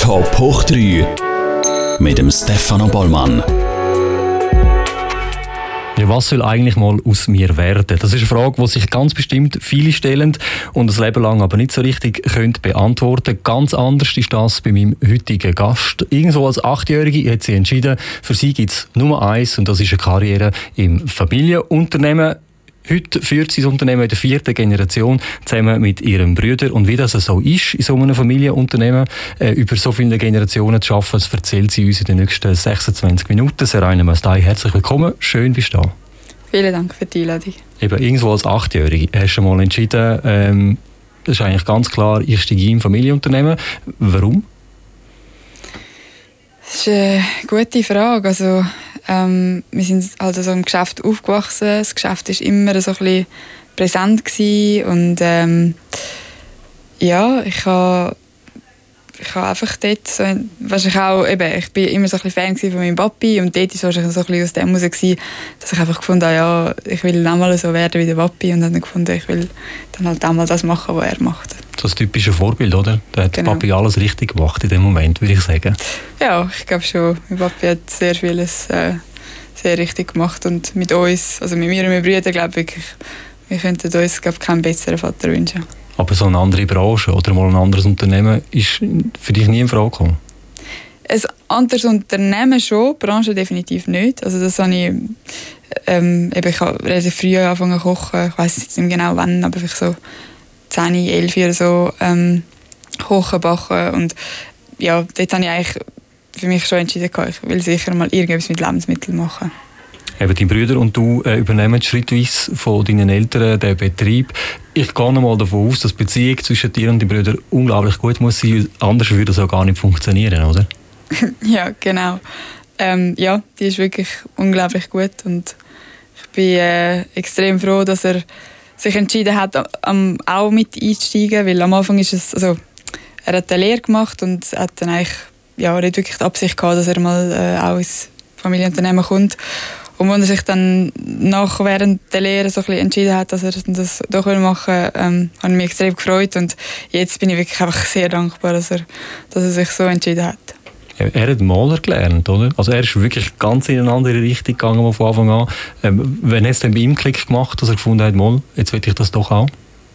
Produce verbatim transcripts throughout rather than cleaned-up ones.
Top hoch drei mit dem Stefano Bollmann. Ja, was soll eigentlich mal aus mir werden? Das ist eine Frage, die sich ganz bestimmt viele stellen und das Leben lang aber nicht so richtig können beantworten. Ganz anders ist das bei meinem heutigen Gast. Irgendwo als Achtjährige hat sie entschieden, für sie gibt es nur eins und das ist eine Karriere im Familienunternehmen. Heute führt sie das Unternehmen in der vierten Generation zusammen mit ihrem Bruder. Und wie das so ist, in so einem Familienunternehmen äh, über so viele Generationen zu arbeiten, das erzählt sie uns in den nächsten sechsundzwanzig Minuten. Seraina Mastai, herzlich willkommen. Schön, bist du da. Vielen Dank für die Einladung. Eben, irgendwo als Achtjährige hast du mal entschieden, ähm, das ist eigentlich ganz klar, ich steige im Familienunternehmen. Warum? Das ist eine gute Frage. Also, Ähm, wir sind halt also im Geschäft aufgewachsen. Das Geschäft war immer so ein bisschen präsent gewesen. Und ähm, ja, ich habe ich habe einfach dort so, weißt, ich auch, eben, ich bin immer so ein bisschen Fan von meinem Papi und dort war es so ein bisschen aus dem heraus, dass ich einfach gefunden habe, ja, ich will auch mal so werden wie der Papi und dann gefunden, ich will dann halt auch mal das machen, was er macht. Das typische Vorbild, oder? Da hat genau. Papi alles richtig gemacht in dem Moment, würde ich sagen. Ja, ich glaube schon. Mein Papi hat sehr vieles äh, sehr richtig gemacht und mit uns, also mit mir und meinen Brüdern, glaube ich, wir könnten uns glaub, keinen besseren Vater wünschen. Aber so eine andere Branche oder mal ein anderes Unternehmen ist für dich nie in Frage gekommen? Ein anderes Unternehmen schon, Branche definitiv nicht. Also das habe ich, ähm, eben, ich habe relativ früh angefangen zu kochen. Ich weiss jetzt nicht genau wann, aber vielleicht so zehn, elf oder so ähm, kochen, backen. Und ja, dort habe ich eigentlich für mich schon entschieden, ich will sicher mal irgendetwas mit Lebensmitteln machen. Eben, deine Brüder und du äh, übernehmen schrittweise von deinen Eltern den Betrieb. Ich gehe mal davon aus, dass die Beziehung zwischen dir und deinen Brüdern unglaublich gut muss sein, anders würde das auch gar nicht funktionieren, oder? Ja, genau. Ähm, ja, die ist wirklich unglaublich gut und ich bin äh, extrem froh, dass er sich entschieden hat, am, auch mit einzusteigen, weil am Anfang ist es, also, er hat eine Lehre gemacht und hat dann eigentlich ja, nicht wirklich die Absicht gehabt, dass er mal äh, auch ins Familienunternehmen kommt. Und als er sich dann nach während der Lehre so ein bisschen entschieden hat, dass er das doch machen will, ähm, habe ich mich extrem gefreut. Und jetzt bin ich wirklich einfach sehr dankbar, dass er, dass er sich so entschieden hat. Er hat Maler gelernt, oder? Also er ist wirklich ganz in eine andere Richtung gegangen von Anfang an. Ähm, wann hat es denn bei ihm Klick gemacht, dass er gefunden hat, mal, jetzt will ich das doch auch?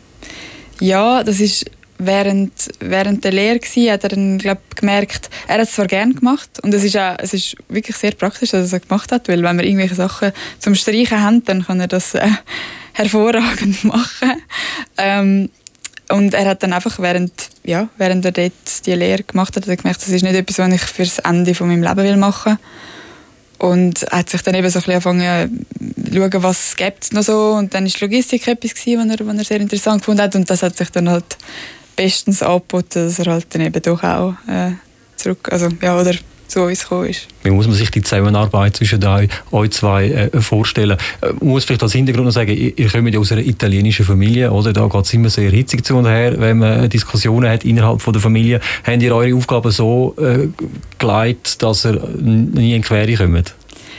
Ja, das ist während, während der Lehre gewesen, hat er dann, glaub, gemerkt, er hat es zwar gerne gemacht und es ist, auch, es ist wirklich sehr praktisch, dass er es gemacht hat, weil wenn wir irgendwelche Sachen zum Streichen haben, dann kann er das äh, hervorragend machen. Ähm, und er hat dann einfach, während, ja, während er dort die Lehre gemacht hat, hat er gemerkt, das ist nicht etwas, was ich für das Ende von meinem Leben will machen will. Und er hat sich dann eben so ein bisschen angefangen zu schauen, was es noch so. Und dann war Logistik etwas, was er, was er sehr interessant gefunden hat. Und das hat sich dann halt bestens angeboten, dass er halt dann eben doch auch äh, zurück, also ja, oder zu uns gekommen ist. Wie muss man sich die Zusammenarbeit zwischen euch, euch zwei äh, vorstellen? Man muss vielleicht als Hintergrund noch sagen, ihr, ihr kommt ja aus einer italienischen Familie, oder? Da geht es immer sehr hitzig zu und her, wenn man Diskussionen hat innerhalb von der Familie. Habt ihr eure Aufgaben so äh, geleitet, dass ihr nie in die Quere kommt?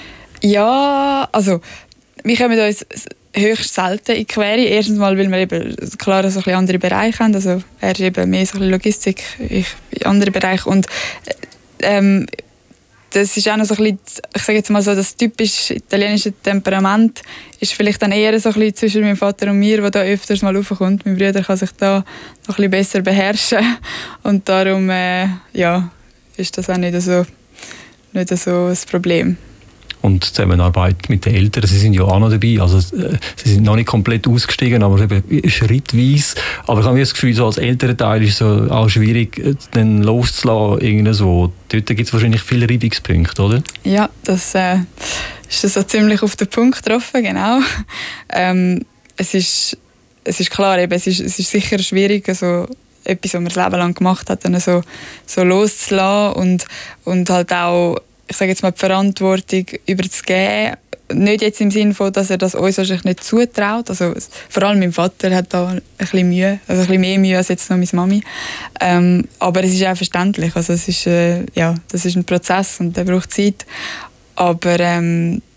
Ja, also wir kommen uns höchst selten in die Quere. Erstens mal, weil wir eben klar so ein bisschen andere Bereiche haben. Also er ist eben mehr so ein bisschen Logistik, ich in andere Bereiche. Und ähm, das ist auch noch so ein bisschen, ich sage jetzt mal so, das typische italienische Temperament ist vielleicht dann eher so ein bisschen zwischen meinem Vater und mir, wo da öfters mal raufkommt. Mein Bruder kann sich da noch ein bisschen besser beherrschen und darum äh, ja, ist das auch nicht so, nicht so ein Problem. Und die Zusammenarbeit mit den Eltern, sie sind ja auch noch dabei, also äh, sie sind noch nicht komplett ausgestiegen, aber eben schrittweise. Aber ich habe das Gefühl, so als Elternteil ist es so auch schwierig, dann loszulassen irgendwo. Dort gibt es wahrscheinlich viele Reibungspunkte, oder? Ja, das äh, ist so ziemlich auf den Punkt getroffen, genau. Ähm, es ist, es ist klar, eben, es, ist, es ist sicher schwierig, also etwas, was man das Leben lang gemacht hat, dann so, so loszulassen und, und halt auch, ich sage jetzt mal, die Verantwortung überzugeben. Nicht jetzt im Sinne von, dass er das uns wahrscheinlich nicht zutraut. Also, vor allem mein Vater hat da ein bisschen Mühe, also ein bisschen mehr Mühe als jetzt noch meine Mami. Ähm, aber es ist auch verständlich. Also es ist, äh, ja, das ist ein Prozess und der braucht Zeit. Aber ähm,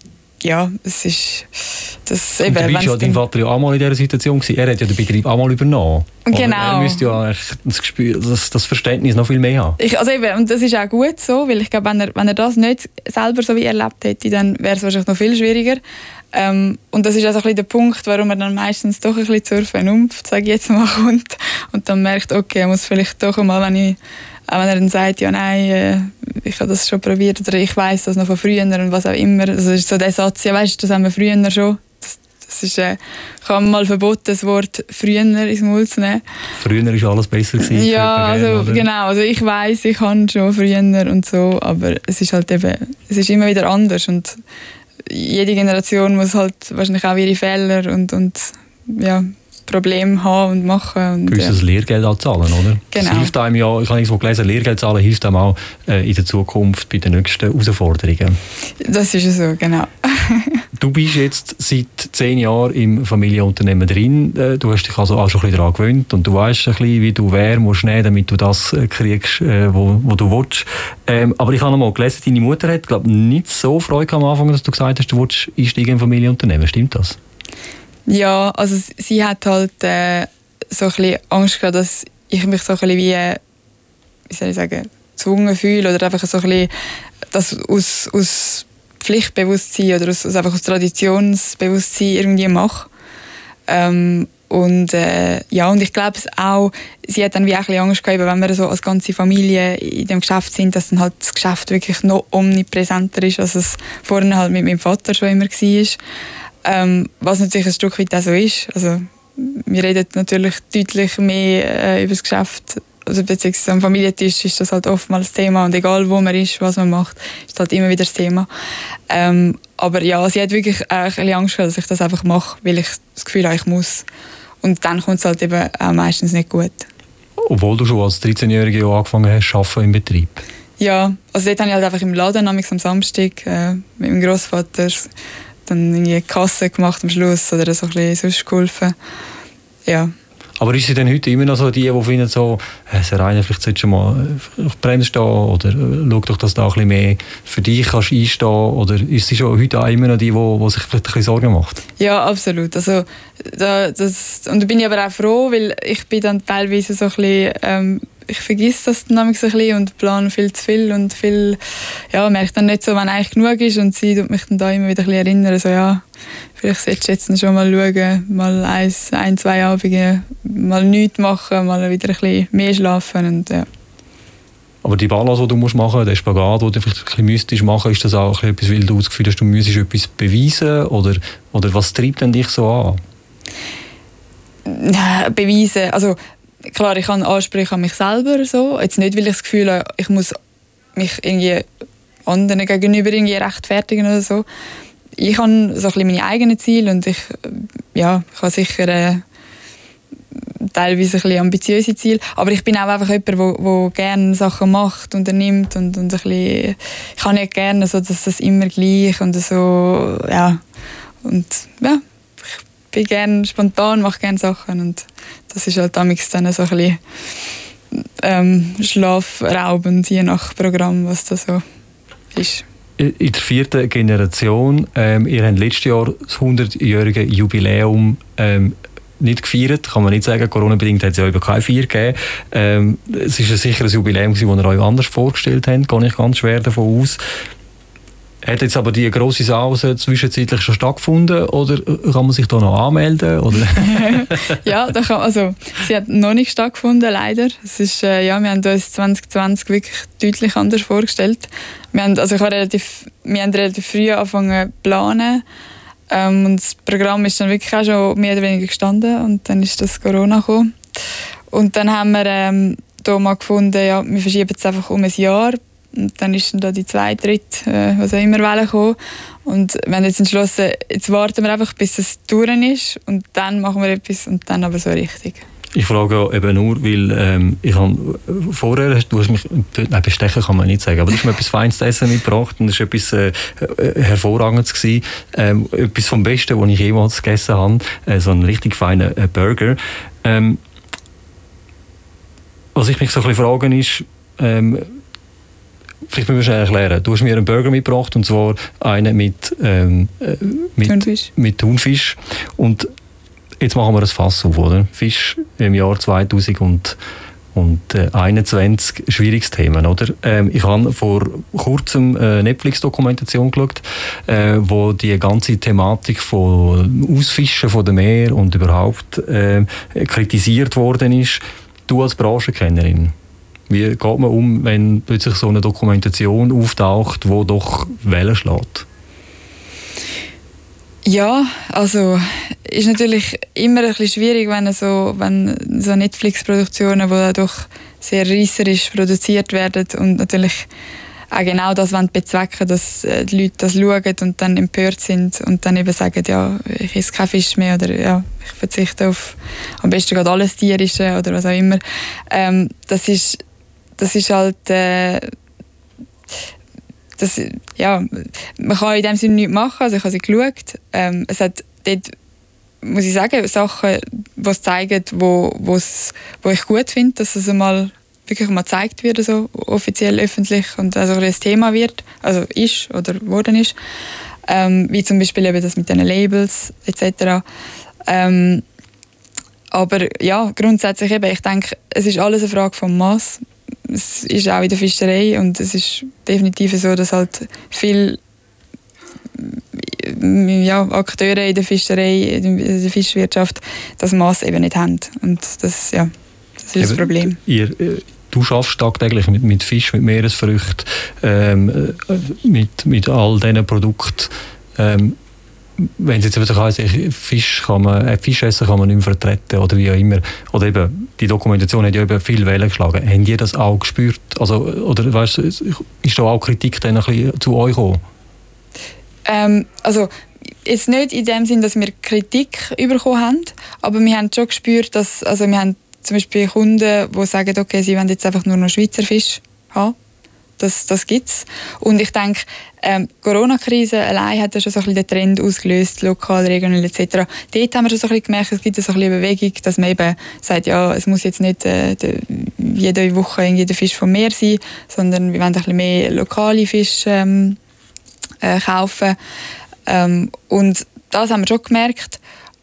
ja, es ist... Das, und eben, du bist ja dein Vater ja auch mal in dieser Situation gewesen. Er hat ja den Betrieb auch mal übernommen. Genau. Er müsste ja das, Gespür, das, das Verständnis noch viel mehr haben. Ich, also eben, und das ist auch gut so, weil ich glaube, wenn er, wenn er das nicht selber so wie erlebt hätte, dann wäre es wahrscheinlich noch viel schwieriger. Ähm, und das ist also ein bisschen der Punkt, warum er dann meistens doch ein bisschen zur Vernunft, sage ich jetzt mal, kommt und dann merkt, okay, er muss vielleicht doch einmal, wenn ich auch wenn er dann sagt, ja nein, äh, ich habe das schon probiert oder ich weiss das noch von früher und was auch immer. Also ist so der Satz, ja weißt, das haben wir früher schon. Das, das ist, äh, ich habe mal verboten, das Wort früher ins Maul zu nehmen. Früher war alles besser gewesen. Ja, also oder? genau. Also ich weiss, ich kann schon früher und so, aber es ist halt eben, es ist immer wieder anders und jede Generation muss halt wahrscheinlich auch ihre Fehler und, und ja, Probleme haben und machen. Und, gewisses ja. Lehrgeld auch zahlen, oder? Genau. Das hilft einem ja, ich habe irgendwo gelesen, Lehrgeld zahlen hilft einem auch äh, in der Zukunft bei den nächsten Herausforderungen. Das ist so, genau. Du bist jetzt seit zehn Jahren im Familienunternehmen drin. Äh, du hast dich also auch schon ein bisschen daran gewöhnt und du weißt ein bisschen, wie du wer musst nehmen, damit du das äh, kriegst, äh, wo, wo du willst. Ähm, aber ich habe noch mal gelesen, deine Mutter hat, glaube ich, nicht so Freude am Anfang, dass du gesagt hast, du willst einsteigen im Familienunternehmen. Stimmt das? Ja, also sie hat halt äh, so ein bisschen Angst gehabt, dass ich mich so ein bisschen wie, äh, wie soll ich sagen, gezwungen fühle oder einfach so ein bisschen das aus, aus Pflichtbewusstsein oder aus, aus, einfach aus Traditionsbewusstsein irgendwie mache. Ähm, und äh, ja, und ich glaube es auch, sie hat dann wie auch ein bisschen Angst gehabt, wenn wir so als ganze Familie in dem Geschäft sind, dass dann halt das Geschäft wirklich noch omnipräsenter ist, als es vorhin halt mit meinem Vater schon immer war. Ähm, was natürlich ein Stück weit auch so ist. Also, wir reden natürlich deutlich mehr äh, über das Geschäft. Also, beziehungsweise am Familientisch ist das halt oftmals das Thema. Und egal, wo man ist, was man macht, ist halt immer wieder das Thema. Ähm, aber ja, sie hat wirklich äh, ein bisschen Angst gehabt, dass ich das einfach mache, weil ich das Gefühl habe, ich muss. Und dann kommt es halt eben auch meistens nicht gut. Obwohl du schon als dreizehnjährige angefangen hast zu arbeiten im Betrieb? Ja, also dort habe ich halt einfach im Laden am Samstag äh, mit meinem Grossvater dann irgendwie Kasse gemacht am Schluss oder so ein bisschen sonst geholfen. Ja. Aber ist sie denn heute immer noch so die, die finden so, hey, Serena, vielleicht solltest du mal auf die Bremse stehen oder schau doch, dass du da ein bisschen mehr für dich kannst einstehen, oder ist sie schon heute auch immer noch die, die, die sich vielleicht ein bisschen Sorgen macht? Ja, absolut. Also, da, das, und da bin ich aber auch froh, weil ich bin dann teilweise so ein bisschen, ähm, ich vergesse das dann ein bisschen und plane viel zu viel und viel, ja, merke dann nicht so, wenn eigentlich genug ist, und sie tut mich dann da immer wieder ein bisschen erinnern, so ja, vielleicht solltest du jetzt schon mal schauen, mal eins, ein, zwei Abende mal nichts machen, mal wieder ein bisschen mehr schlafen und ja. Aber die Balance, die du machen musst, der Spagat, den du vielleicht ein bisschen müsstest machen, ist das auch etwas, weil du das Gefühl hast, du müsstest etwas beweisen, oder, oder was treibt denn dich so an? Ja, beweisen, also klar, ich habe Ansprüche an mich selber, so. Jetzt nicht, weil ich das Gefühl habe, ich muss mich irgendwie anderen gegenüber irgendwie rechtfertigen oder so. Ich habe so ein bisschen meine eigenen Ziele und ich, ja, ich habe sicher äh, teilweise ein bisschen ambitiöse Ziele, aber ich bin auch einfach jemand, der gerne Sachen macht, unternimmt und, und ein bisschen, ich kann nicht gerne so, dass das immer gleich und so, ja, und ja, ich bin gerne spontan, mache gerne Sachen und das ist halt damals dann so ein bisschen ähm, schlafraubend, je nach Programm, was das so ist. In der vierten Generation, ähm, ihr habt letztes Jahr das hundertjährige Jubiläum ähm, nicht gefeiert, kann man nicht sagen. Corona-bedingt hat es ja eben keine Feier gegeben. Ähm, es war sicher ein Jubiläum, das ihr euch anders vorgestellt habt, gehe ich ganz schwer davon aus. Hat jetzt aber die grosse Sause zwischenzeitlich schon stattgefunden, oder kann man sich da noch anmelden? Oder? Ja, da kann, also, sie hat noch nicht stattgefunden, leider. Es ist, äh, ja, wir haben uns zwanzig zwanzig wirklich deutlich anders vorgestellt. Wir haben, also ich war relativ, wir haben relativ früh angefangen zu planen. Ähm, und das Programm ist dann wirklich auch schon mehr oder weniger gestanden. Und dann ist das Corona gekommen. Und dann haben wir ähm, da mal gefunden, ja, wir verschieben es einfach um ein Jahr. Und dann ist dann da die zweite, dritte, äh, was auch immer wollen kommen. Und wir haben jetzt entschlossen, jetzt warten wir einfach, bis es durch ist. Und dann machen wir etwas und dann aber so richtig. Ich frage ja eben nur, weil ähm, ich habe vorher, du hast mich, nein, bestechen kann man nicht sagen, aber du hast mir etwas Feines zu essen mitgebracht und das war etwas äh, Hervorragendes gewesen. Ähm, etwas vom Besten, was ich jemals gegessen habe. Äh, so einen richtig feinen äh, Burger. Ähm, was ich mich so ein bisschen frage ist, ähm, vielleicht müssen wir schnell erklären. Du hast mir einen Burger mitgebracht, und zwar einen mit, ähm, mit, Thunfisch. mit Thunfisch. Und jetzt machen wir ein Fass auf, oder? Fisch im Jahr zweitausendeinundzwanzig, schwieriges Thema, oder? Ähm, ich habe vor kurzem eine Netflix-Dokumentation geschaut, äh, wo die ganze Thematik von Ausfischen von dem Meer und überhaupt äh, kritisiert worden ist. Du als Branchenkennerin, wie geht man um, wenn plötzlich so eine Dokumentation auftaucht, die doch Wellen schlägt? Ja, also ist natürlich immer ein bisschen schwierig, wenn so, wenn so Netflix-Produktionen, die doch sehr reisserisch produziert werden und natürlich auch genau das wollen bezwecken, dass die Leute das schauen und dann empört sind und dann eben sagen, ja, ich esse keinen Fisch mehr oder ja, ich verzichte auf am besten gerade alles Tierische oder was auch immer. Ähm, das ist, das ist halt äh, das, ja, man kann in dem Sinne nichts machen, also ich habe sie geschaut. Ähm, es hat dort, muss ich sagen, Sachen, die es zeigen, wo, wo's, wo ich gut finde, dass es einmal wirklich mal gezeigt wird, so offiziell öffentlich und also ein Thema wird, also ist oder geworden ist. Ähm, wie zum Beispiel eben das mit den Labels et cetera. Ähm, aber ja, grundsätzlich eben, ich denke, es ist alles eine Frage vom Maß. Es ist auch in der Fischerei und es ist definitiv so, dass halt viele ja, Akteure in der Fischerei, in der Fischwirtschaft das Maß eben nicht haben. Und das, ja, das ist eben das Problem. Ihr, du arbeitest tagtäglich mit, mit Fisch, mit Meeresfrüchten, ähm, mit, mit all diesen Produkten. Ähm, wenn es jetzt plötzlich heisst, Fisch, kann man, äh, Fisch essen kann man nicht mehr vertreten oder wie auch immer. Oder eben, die Dokumentation hat ja eben viel Wellen geschlagen. Habt ihr das auch gespürt? Also, oder weißt, ist da auch Kritik dann ein bisschen zu euch gekommen? Ähm, also jetzt nicht in dem Sinn, dass wir Kritik bekommen haben, aber wir haben schon gespürt, dass also wir haben zum Beispiel Kunden, die sagen, okay, sie wollen jetzt einfach nur noch Schweizer Fisch haben. Das, das gibt es. Und ich denke, ähm, die Corona-Krise allein hat ja schon so ein bisschen den Trend ausgelöst, lokal, regional et cetera. Dort haben wir schon so ein bisschen gemerkt, es gibt so ein bisschen Bewegung, dass man eben sagt, ja, es muss jetzt nicht äh, de, jede Woche irgendwie der Fisch vom Meer sein, sondern wir wollen ein bisschen mehr lokale Fische ähm, äh, kaufen. Ähm, und das haben wir schon gemerkt,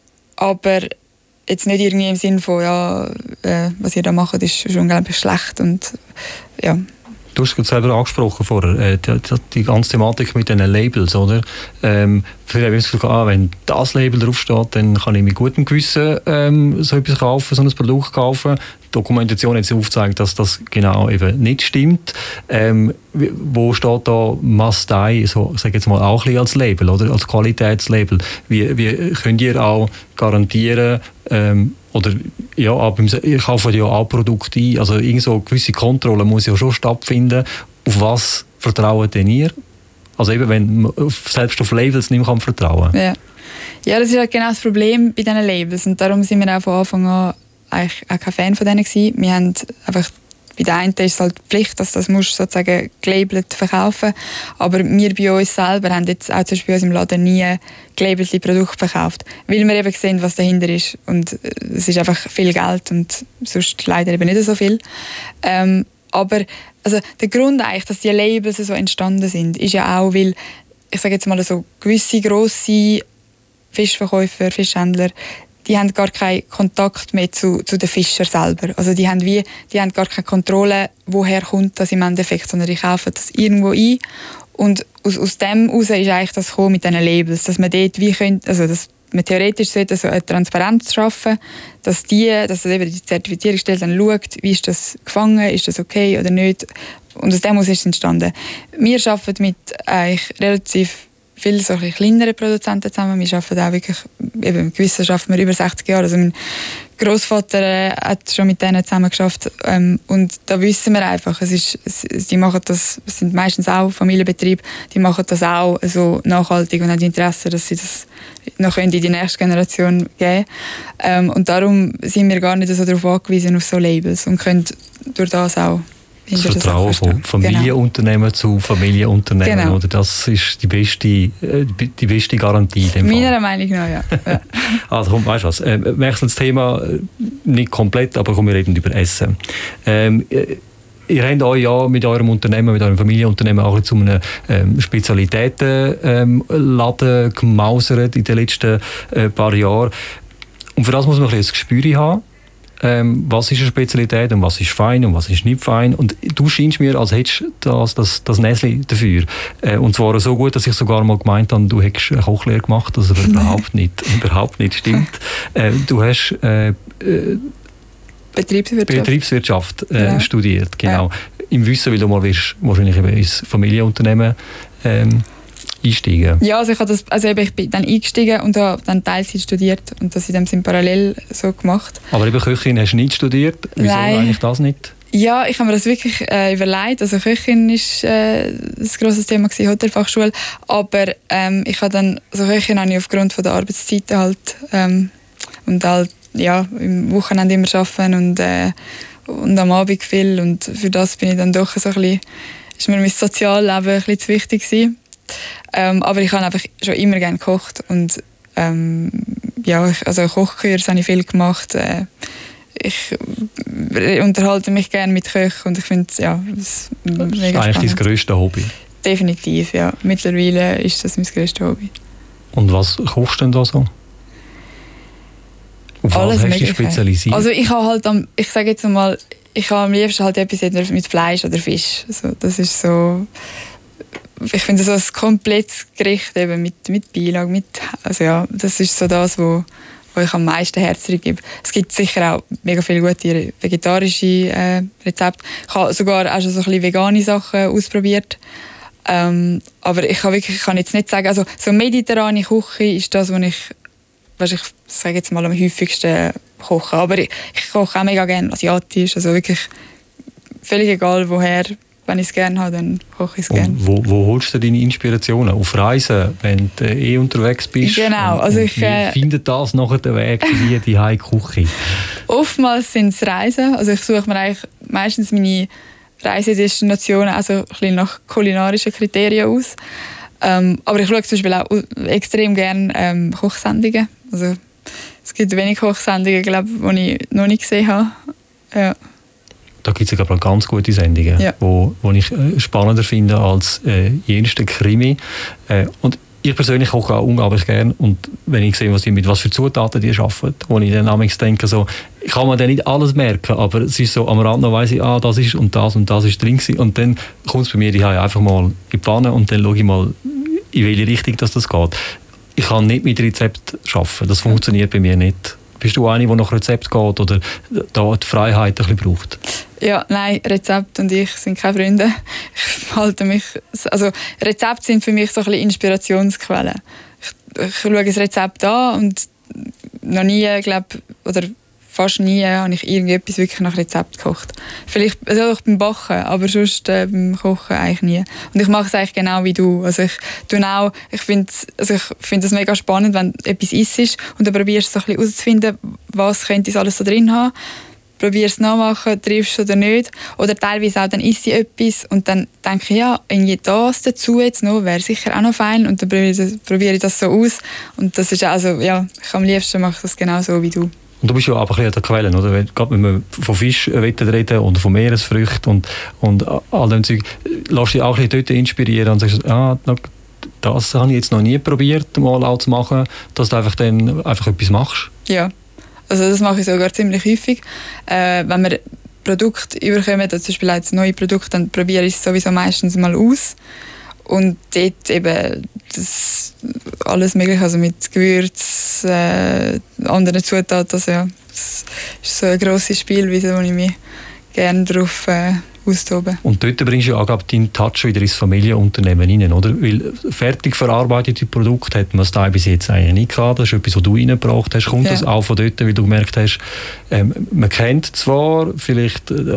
aber jetzt nicht irgendwie im Sinne von, ja, äh, was ihr da macht, ist schon unglaublich schlecht und ja. Du hast es selber angesprochen vorher, die, die ganze Thematik mit diesen Labels, oder? Ähm, viele haben das Gefühl, ah, wenn das Label draufsteht, dann kann ich mit gutem Gewissen ähm, so etwas kaufen, so ein Produkt kaufen. Die Dokumentation hat sich aufgezeigt, dass das genau eben nicht stimmt. Ähm, wo steht da Must Die, so, sage jetzt mal, auch ein bisschen als Label, oder? Als Qualitätslabel. Wie, wie könnt ihr auch garantieren, ähm, oder ja, aber ich kaufe ja auch Produkte ein, also irgend so eine gewisse Kontrolle muss ja schon stattfinden. Auf was vertraut denn ihr? Also eben, wenn man selbst auf Labels nicht mehr vertrauen kann. Ja. ja, das ist halt genau das Problem bei diesen Labels und darum sind wir auch von Anfang an eigentlich auch kein Fan von denen gewesen. Wir haben einfach, bei der einen ist es halt Pflicht, dass das musst sozusagen gelabelt verkaufen. Aber wir bei uns selber haben jetzt auch zum Beispiel bei uns im Laden nie gelabelte Produkte verkauft, weil wir eben sehen, was dahinter ist. Und es ist einfach viel Geld und sonst leider eben nicht so viel. Ähm, aber also der Grund eigentlich, dass die Labels so entstanden sind, ist ja auch, weil, ich sage jetzt mal so, gewisse grosse Fischverkäufer, Fischhändler, die haben gar keinen Kontakt mehr zu, zu den Fischern selber. Also die haben, wie, die haben gar keine Kontrolle, woher kommt das im Endeffekt, sondern die kaufen das irgendwo ein. Und aus, aus dem heraus ist eigentlich das gekommen mit diesen Labels, dass man dort wie könnt, also dass man theoretisch sollte so eine Transparenz schaffen, dass die, dass eben die Zertifizierungsstelle dann schaut, wie ist das gefangen, ist das okay oder nicht. Und aus dem heraus ist es entstanden. Wir arbeiten mit eigentlich relativ viele so kleinere Produzenten zusammen. Wir arbeiten auch wirklich, eben gewissen arbeiten wir über sechzig Jahre. Also mein Großvater äh, hat schon mit denen zusammen geschafft. Ähm, und da wissen wir einfach, es ist, es, die machen das, es sind meistens auch Familienbetriebe, die machen das auch so nachhaltig und haben Interesse, dass sie das noch in die nächste Generation geben. Ähm, und darum sind wir gar nicht so darauf angewiesen, auf so Labels und können durch das auch das Vertrauen von Familienunternehmen genau. zu Familienunternehmen, genau. Oder? Das ist die beste, die beste Garantie. In dem Meiner Fall. Meinung nach, ja. ja. Also komm, weißt du was, äh, wechseln das Thema nicht komplett, aber komm, wir reden über Essen. Ähm, ihr habt euch ja mit eurem Unternehmen, mit eurem Familienunternehmen auch zu einem ähm, Spezialitätenladen ähm, gemausert in den letzten äh, paar Jahren. Und für das muss man ein bisschen ein Gespür haben. Ähm, was ist eine Spezialität und was ist fein und was ist nicht fein. Und du scheinst mir, als hättest du das, das, das Näschen dafür. Äh, und zwar so gut, dass ich sogar mal gemeint habe, du hättest eine Kochlehre gemacht, das aber überhaupt nicht, überhaupt nicht stimmt. Äh, du hast äh, äh, Betriebswirtschaft, Betriebswirtschaft äh, genau. studiert. Genau. Ja. Im Wissen, weil du mal wirst, wahrscheinlich ins Familienunternehmen ähm, einsteigen. Ja, also ich, das, also eben, ich bin dann eingestiegen und habe dann Teilzeit studiert und das in dem Sinn parallel so gemacht. Aber eben Köchin hast du nicht studiert. Wieso Nein. eigentlich das nicht? Ja, ich habe mir das wirklich äh, überlegt. Also Köchin war äh, ein grosses Thema gewesen, Hotelfachschule. Aber ähm, ich habe dann, also Köchin habe ich aufgrund von der Arbeitszeiten halt ähm, und halt ja, im Wochenende immer arbeiten und, äh, und am Abend viel. Und für das bin ich dann doch so ein bisschen, ist mir mein Sozialleben ein bisschen zu wichtig gewesen. Ähm, aber ich habe einfach schon immer gerne gekocht und ähm, ja, ich, also Kochkurs habe ich viel gemacht. Äh, ich unterhalte mich gerne mit Köchen und ich finde ja, das ist mega eigentlich spannend. dein grösstes Hobby? Definitiv, ja. Mittlerweile ist das mein grösstes Hobby. Und was kochst du denn da so? Auf Alles was hast du dich Mögliche. spezialisiert? Also ich habe halt, am, ich sage jetzt mal, ich habe am liebsten halt etwas mit Fleisch oder Fisch. Also das ist so, ich finde so ein komplettes Gericht eben mit, mit Beilage, mit, also ja, das ist so das, wo, wo ich am meisten Herz gebe. Es gibt sicher auch mega viele gute vegetarische äh, Rezepte. Ich habe sogar auch schon so ein bisschen vegane Sachen ausprobiert. Ähm, aber ich kann wirklich, ich kann jetzt nicht sagen, also so mediterrane Küche ist das, was ich, was ich sage jetzt mal am häufigsten koche. Aber ich, ich koche auch mega gerne asiatisch, also wirklich völlig egal woher. Wenn ich es gerne habe, dann koche ich es gerne. Wo, wo holst du deine Inspirationen? Auf Reisen, wenn du eh unterwegs bist? Genau. Und, also und ich, wie äh, findet das nachher den Weg wie die Heimküche? Oftmals sind es Reisen. Also ich suche mir eigentlich meistens meine Reisedestinationen also ein bisschen nach kulinarischen Kriterien aus. Ähm, aber ich schaue zum Beispiel auch extrem gerne ähm, Kochsendungen. Also es gibt wenig Kochsendungen, glaube ich, die ich noch nicht gesehen habe. Ja. Da gibt es ja ganz gute Sendungen, die ja. wo, wo ich äh, spannender finde als äh, jenste Krimi. Äh, und ich persönlich koche auch unglaublich gerne. Und wenn ich sehe, was die, mit was für Zutaten die arbeiten, wo ich dann manchmal denke, so, ich kann mir dann nicht alles merken, aber es ist so, am Rand noch weiss ich, ah, das ist und das und das ist drin gewesen. Und dann kommt es bei mir die einfach mal in die Pfanne und dann schaue ich mal, in welche Richtung dass das geht. Ich kann nicht mit Rezept arbeiten, das funktioniert bei mir nicht. Bist du eine, die nach Rezept geht oder da die Freiheit ein bisschen braucht? Ja, nein, Rezept und ich sind keine Freunde. Ich halte mich, also Rezepte sind für mich so ein bisschen Inspirationsquellen. Ich, ich schaue das Rezept an und noch nie, glaube oder fast nie, habe ich irgendetwas wirklich nach Rezept gekocht. Vielleicht also auch beim Backen, aber sonst äh, beim Kochen eigentlich nie. Und ich mache es eigentlich genau wie du. Also ich tue auch, ich finde also ich finde es mega spannend, wenn du etwas isst und dann probierst du so ein bisschen herauszufinden, was könnte es alles so drin haben. Probierst es nachmachen, triffst es oder nicht. Oder teilweise auch, dann isst ich etwas und dann denke ich, ja, irgendwie das dazu jetzt noch, wäre sicher auch noch fein. Und dann probiere ich das, probiere ich das so aus. Und das ist also, ja, ich am liebsten mache ich das genau so wie du. Und du bist ja aber ein bisschen an der Quelle, oder? Gerade wenn wir von Fisch reden und von Meeresfrüchten und, und all dem Zeug, lässt dich auch ein bisschen dort inspirieren und sagst, ah, das habe ich jetzt noch nie probiert, mal auch zu machen, dass du einfach dann einfach etwas machst. Ja, also das mache ich sogar ziemlich häufig. Äh, wenn wir Produkte überkommen, zum Beispiel ein neues Produkt, dann probiere ich es sowieso meistens mal aus. Und dort eben das alles mögliche, also mit Gewürz, äh, anderen Zutaten. Also ja, das ist so ein grosses Spielweise, wo ich mich gerne darauf äh, austobe. Und dort bringst du ja auch deinen Touch wieder ins Familienunternehmen rein, oder? Weil fertig verarbeitete Produkte hat man es da bis jetzt eigentlich nicht gehabt. Das ist etwas, was du reingebracht hast. Kommt ja. das auch von dort, weil du gemerkt hast, ähm, man kennt zwar vielleicht, äh,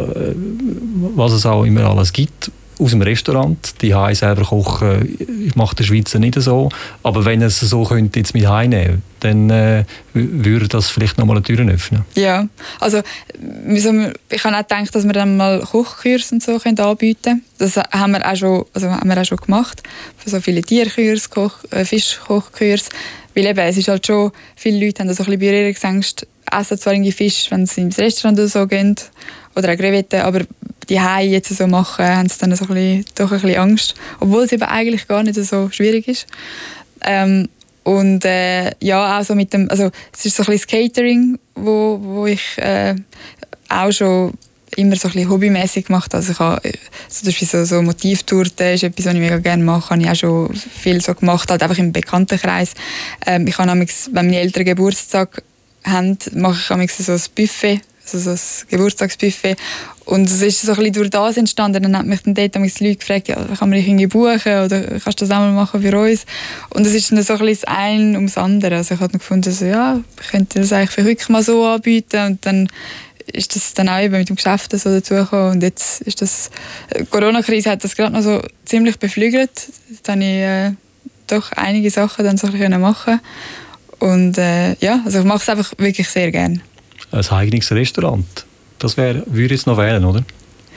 was es auch immer alles gibt, aus dem Restaurant, die Heim selber kochen, ich mache der Schweizer nicht so, aber wenn er es so könnte jetzt mit heimnehmen, dann äh, würde das vielleicht noch mal eine Tür öffnen. Ja, also ich habe auch gedacht, dass wir dann mal Kochkurs und so können anbieten. Das haben wir auch schon, also haben wir auch schon gemacht, für so viele Tierkurs, Koch, äh, Fischkochkurs, weil eben, es ist halt schon, viele Leute haben da so ein bisschen Berührungsängste, essen zwar irgendwie Fisch, wenn sie ins Restaurant oder so gehen, oder auch Crevetten, aber die Haie jetzt so machen, haben sie dann so ein bisschen, doch ein bisschen Angst, obwohl es eben eigentlich gar nicht so schwierig ist. Ähm, und äh, ja, auch so mit dem, also es ist so ein bisschen das Catering, wo, wo ich äh, auch schon immer so ein bisschen hobbymäßig gemacht. Also ich habe zum Beispiel so, so Motivtorten ist etwas, was ich mega gerne mache. Habe ich auch schon viel so gemacht, halt einfach im Bekanntenkreis. Ähm, ich habe nämlich, wenn meine Eltern Geburtstag haben, mache ich nämlich so ein Buffet, also so ein Geburtstagsbuffet. Und es ist so ein bisschen durch das entstanden. Dann hat mich dann dort die Leute gefragt, ja, kann man dich irgendwie buchen oder kannst du das einmal machen für uns? Und es ist dann so ein bisschen das eine ums andere. Also ich habe dann gefunden, so, ja, ich könnte das eigentlich für heute mal so anbieten. Und dann ist das dann auch eben mit dem Geschäft so dazugekommen. Und jetzt ist das, die Corona-Krise hat das gerade noch so ziemlich beflügelt. Jetzt habe ich äh, doch einige Sachen dann so ein bisschen machen. Und äh, ja, also ich mache es einfach wirklich sehr gerne. Ein eigenes Restaurant, das wär, würde ich jetzt noch wählen, oder?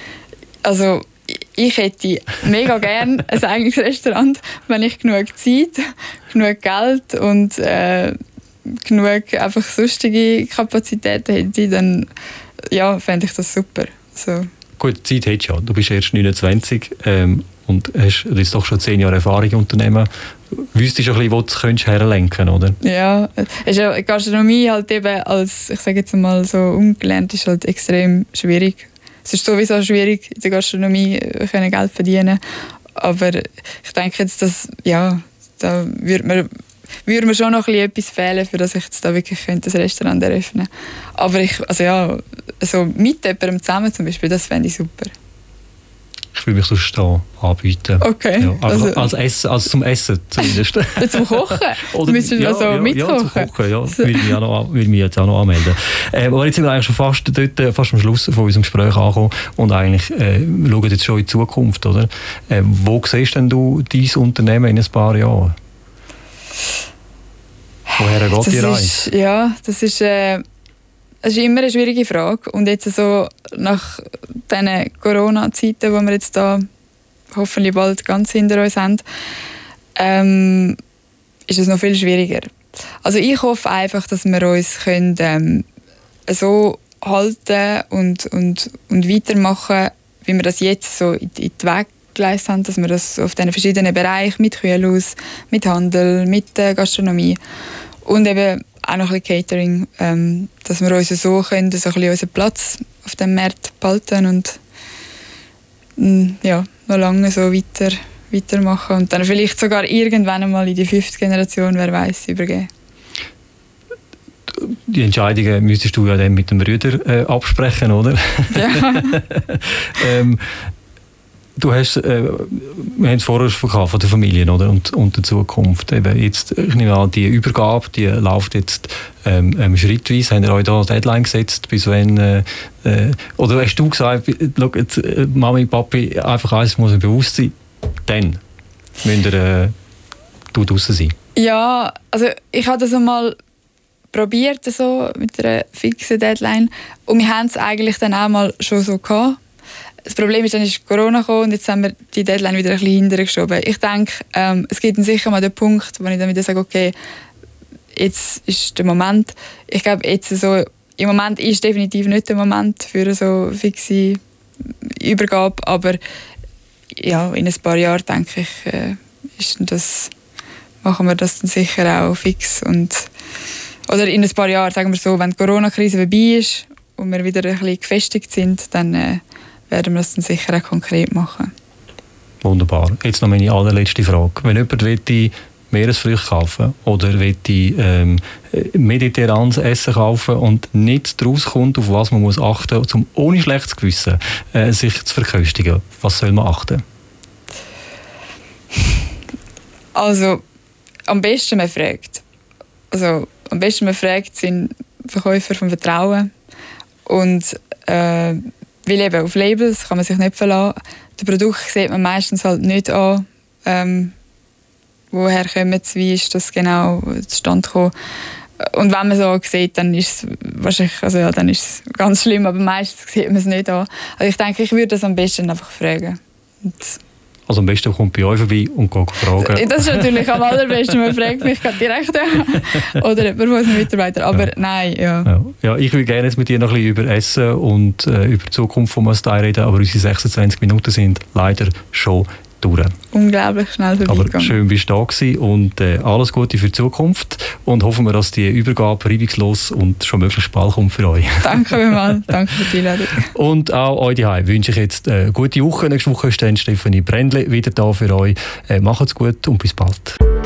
Also ich hätte mega gerne ein eigenes Restaurant, wenn ich genug Zeit, genug Geld und äh, genug einfach sonstige Kapazitäten hätte, dann ja, fände ich das super. So. Gut, Zeit hättest du ja. Du bist erst neunundzwanzig ähm, und hast jetzt doch schon zehn Jahre Erfahrung im Unternehmen. Wüsstest du ein bisschen, wo du es herlenken, oder? Ja, es ist ja, Gastronomie halt eben als, ich sage jetzt mal so ungelernt, ist halt extrem schwierig. Es ist sowieso schwierig, in der Gastronomie können Geld verdienen. Aber ich denke jetzt, dass, ja, da würde mir, würde mir schon noch ein bisschen etwas fehlen, für das ich jetzt da wirklich könnte, ein Restaurant eröffnen könnte. Aber ich, also ja, so mit jemandem zusammen zum Beispiel, das fände ich super. Ich will mich sonst da anbieten. Okay. Ja, also, als, Essen, als zum Essen zumindest. Zum Kochen? Oder müssen wir ja, so ja, mitkochen? Ja, zum Kochen, ja. Will mich, auch noch, will mich jetzt auch noch anmelden. Äh, aber jetzt sind wir eigentlich schon fast, dort, fast am Schluss von unserem Gespräch angekommen und eigentlich äh, schauen jetzt schon in die Zukunft, oder? Äh, wo siehst denn du dein Unternehmen in ein paar Jahren? Woher geht die Reise? Ja, das ist... Äh Es ist immer eine schwierige Frage. Und jetzt so nach diesen Corona-Zeiten, die wir jetzt da hoffentlich bald ganz hinter uns haben, ähm, ist es noch viel schwieriger. Also ich hoffe einfach, dass wir uns können, ähm, so halten und, und, und weitermachen, wie wir das jetzt so in die Wege geleistet haben, dass wir das auf diesen verschiedenen Bereichen mit Kühlhaus, mit Handel, mit äh, Gastronomie und eben auch noch ein bisschen Catering, ähm, dass wir uns so können, so ein bisschen unseren Platz auf dem Markt behalten und mh, ja, noch lange so weiter, weitermachen und dann vielleicht sogar irgendwann einmal in die fünfte Generation, wer weiß, übergeben. Die Entscheidungen müsstest du ja dann mit dem Brüder äh, absprechen, oder? Ja. ähm, Du hast, äh, wir haben es vorher schon gehabt, von der Familie, oder? Und, und der Zukunft. Eben jetzt, ich nehme an, die Übergabe, die läuft jetzt ähm, ähm, schrittweise. Habt ihr euch da eine Deadline gesetzt, bis wenn, äh, äh, oder hast du gesagt, schau, jetzt, äh, Mami, Papi, einfach eins muss mir bewusst sein, dann müsst ihr äh, du draussen sein? Ja, also ich habe das einmal probiert, so mit einer fixen Deadline. Und wir haben es eigentlich dann auch mal schon so gehabt. Das Problem ist, dann ist Corona gekommen und jetzt haben wir die Deadline wieder ein bisschen hintergeschoben. Ich denke, ähm, es gibt sicher mal den Punkt, wo ich dann wieder sage, okay, jetzt ist der Moment. Ich glaube, jetzt so, im Moment ist definitiv nicht der Moment für eine so fixe Übergabe, aber ja, in ein paar Jahren, denke ich, äh, ist das, machen wir das dann sicher auch fix. Und, oder in ein paar Jahren, sagen wir so, wenn die Corona-Krise vorbei ist und wir wieder ein bisschen gefestigt sind, dann äh, werden wir das dann sicher auch konkret machen. Wunderbar. Jetzt noch meine allerletzte Frage. Wenn jemand will Meeresfrüchte kaufen oder will ähm, mediterranes Essen kaufen und nicht daraus kommt, auf was man muss achten muss, um ohne schlechtes Gewissen äh, sich zu verköstigen, was soll man achten? Also, am besten man fragt. Also, am besten man fragt, sind Verkäufer vom Vertrauen. Und äh, weil eben auf Labels kann man sich nicht verlassen. Das Produkt sieht man meistens halt nicht an. Ähm, woher kommen sie, wie ist das genau zustande gekommen. Und wenn man so sieht, dann ist es wahrscheinlich, also ja, dann ist es ganz schlimm, aber meistens sieht man es nicht an. Also ich denke, ich würde das am besten einfach fragen. Und Also am besten kommt bei euch vorbei und geht fragen. Das ist natürlich am allerbesten, man fragt mich gerade direkt oder jemand von unseren Mitarbeitern, aber ja. nein, ja. ja. Ja, ich will gerne jetzt mit dir noch ein bisschen über Essen und äh, über die Zukunft von Must-Die reden, aber unsere sechsundzwanzig Minuten sind leider schon durch. Unglaublich schnell vorbeigegangen. Aber schön, bist du da gewesen und äh, alles Gute für die Zukunft und hoffen wir, dass die Übergabe reibungslos und schon möglichst bald kommt für euch. Danke vielmals, danke für die Einladung. Und auch euch daheim wünsche ich jetzt eine gute Woche. Nächste Woche ist dann Stefanie Brändle wieder da für euch. Äh, macht's gut und bis bald.